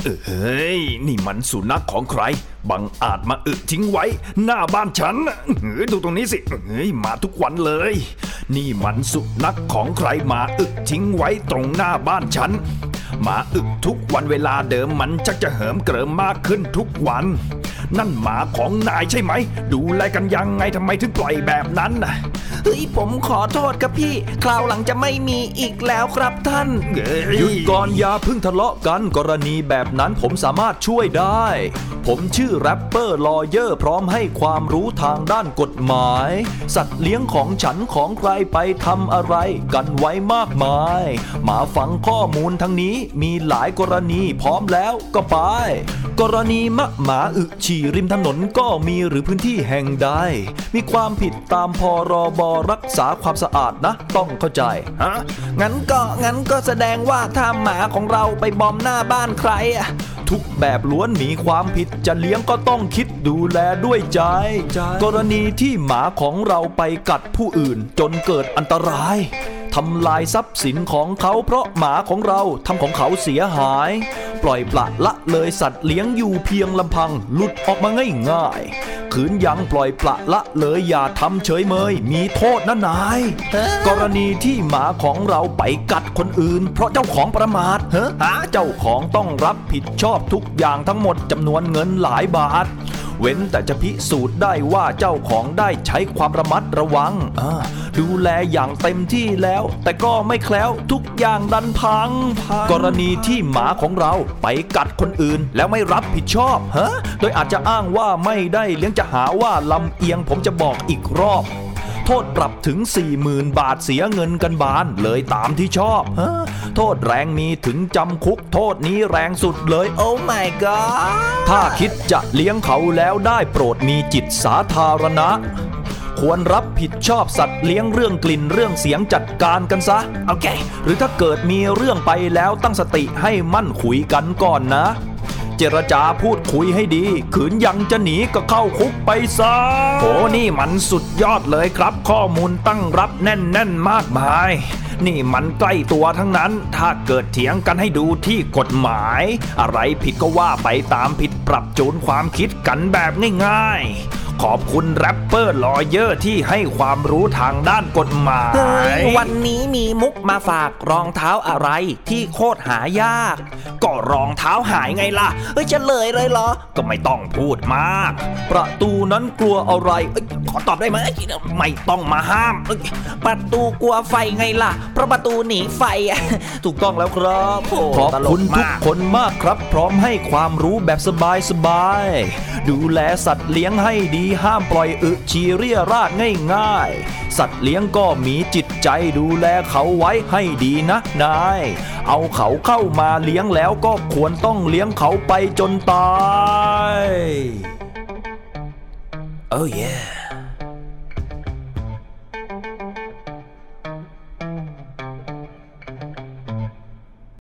เฮ้ยนี่มันสุนัขของใครบังอาจมาทิ้งไว้หน้าบ้านฉันดูตรงนี้สิเฮ้ยมาทุกวันเลยนี่มันสุนัขของใครมาทิ้งไว้ตรงหน้าบ้านฉันมาทุกวันเวลาเดิมมันชักจะเหิมเกริมมากขึ้นทุกวันนั่นหมาของนายใช่ไหมดูแลกันยังไงทำไมถึงปล่อยแบบนั้นน่ะเฮ้ยผมขอโทษครับพี่คราวหลังจะไม่มีอีกแล้วครับท่านหยุดก่อนอย่าเพิ่งทะเลาะกันกรณีแบบนั้นผมสามารถช่วยได้ผมชื่อแรปเปอร์ลอเยอร์พร้อมให้ความรู้ทางด้านกฎหมายสัตว์เลี้ยงของฉันของใครไปทำอะไรกันไว้มากมายมาฟังข้อมูลทั้งนี้มีหลายกรณีพร้อมแล้วก็ไปกรณีหมาฉี่ริมถนนก็มีหรือพื้นที่แห่งใดมีความผิดตามพรบรักษาความสะอาดนะต้องเข้าใจงั้นก็แสดงว่าถ้าหมาของเราไปบอมหน้าบ้านใครทุกแบบล้วนมีความผิดจะเลี้ยงก็ต้องคิดดูแลด้วยใจกรณีที่หมาของเราไปกัดผู้อื่นจนเกิดอันตรายทำลายทรัพย์สินของเขาเพราะหมาของเราทำของเขาเสียหายปล่อยปละละเลยสัตว์เลี้ยงอยู่เพียงลำพังหลุดออกมาง่ายๆขืนยังปล่อยปละละเลยอย่าทำเฉยเมยมีโทษนะนายกรณีที่หมาของเราไปกัดคนอื่นเพราะเจ้าของประมาทเจ้าของต้องรับผิดชอบทุกอย่างทั้งหมดจำนวนเงินหลายบาทเว้นแต่จะพิสูจน์ได้ว่าเจ้าของได้ใช้ความระมัดระวังดูแลอย่างเต็มที่แล้วแต่ก็ไม่แคล้วทุกอย่างดันพังกรณีที่หมาของเราไปกัดคนอื่นแล้วไม่รับผิดชอบโดยอาจจะอ้างว่าไม่ได้เลี้ยงจะหาว่าลำเอียงผมจะบอกอีกรอบโทษปรับถึง 40,000 บาทเสียเงินกันบานเลยตามที่ชอบโทษแรงมีถึงจำคุกโทษนี้แรงสุดเลยโอ้ my god ถ้าคิดจะเลี้ยงเขาแล้วได้โปรดมีจิตสาธารณะควรรับผิดชอบสัตว์เลี้ยงเรื่องกลิ่นเรื่องเสียงจัดการกันซะโอเคหรือถ้าเกิดมีเรื่องไปแล้วตั้งสติให้มั่นคุยกันก่อนนะเจรจาพูดคุยให้ดีขืนยังจะหนีก็เข้าคุกไปซะโหนี่มันสุดยอดเลยครับข้อมูลตั้งรับแน่นมากมายนี่มันใกล้ตัวทั้งนั้นถ้าเกิดเถียงกันให้ดูที่กฎหมายอะไรผิดก็ว่าไปตามผิดปรับจูนความคิดกันแบบง่ายๆขอบคุณแรปเปอร์ลอเยอร์ที่ให้ความรู้ทางด้านกฎหมายวันนี้มีมุกมาฝากรองเท้าอะไรที่โคตรหายากก็รองเท้าหายไงล่ะเฉลยเลยเหรอก็ไม่ต้องพูดมากประตูนั้นกลัวอะไรขอตอบได้ไหมไม่ต้องมาห้ามประตูกลัวไฟไงล่ะเพราะประตูหนีไฟถูกต้องแล้วครับขอบคุณทุกคนมากครับพร้อมให้ความรู้แบบสบายๆดูแลสัตว์เลี้ยงให้ดีห้ามปล่อยฉี่เรี่ยราดง่ายๆสัตว์เลี้ยงก็มีจิตใจดูแลเขาไว้ให้ดีนะนายเอาเขาเข้ามาเลี้ยงแล้วก็ควรต้องเลี้ยงเขาไปจนตาย Oh yeah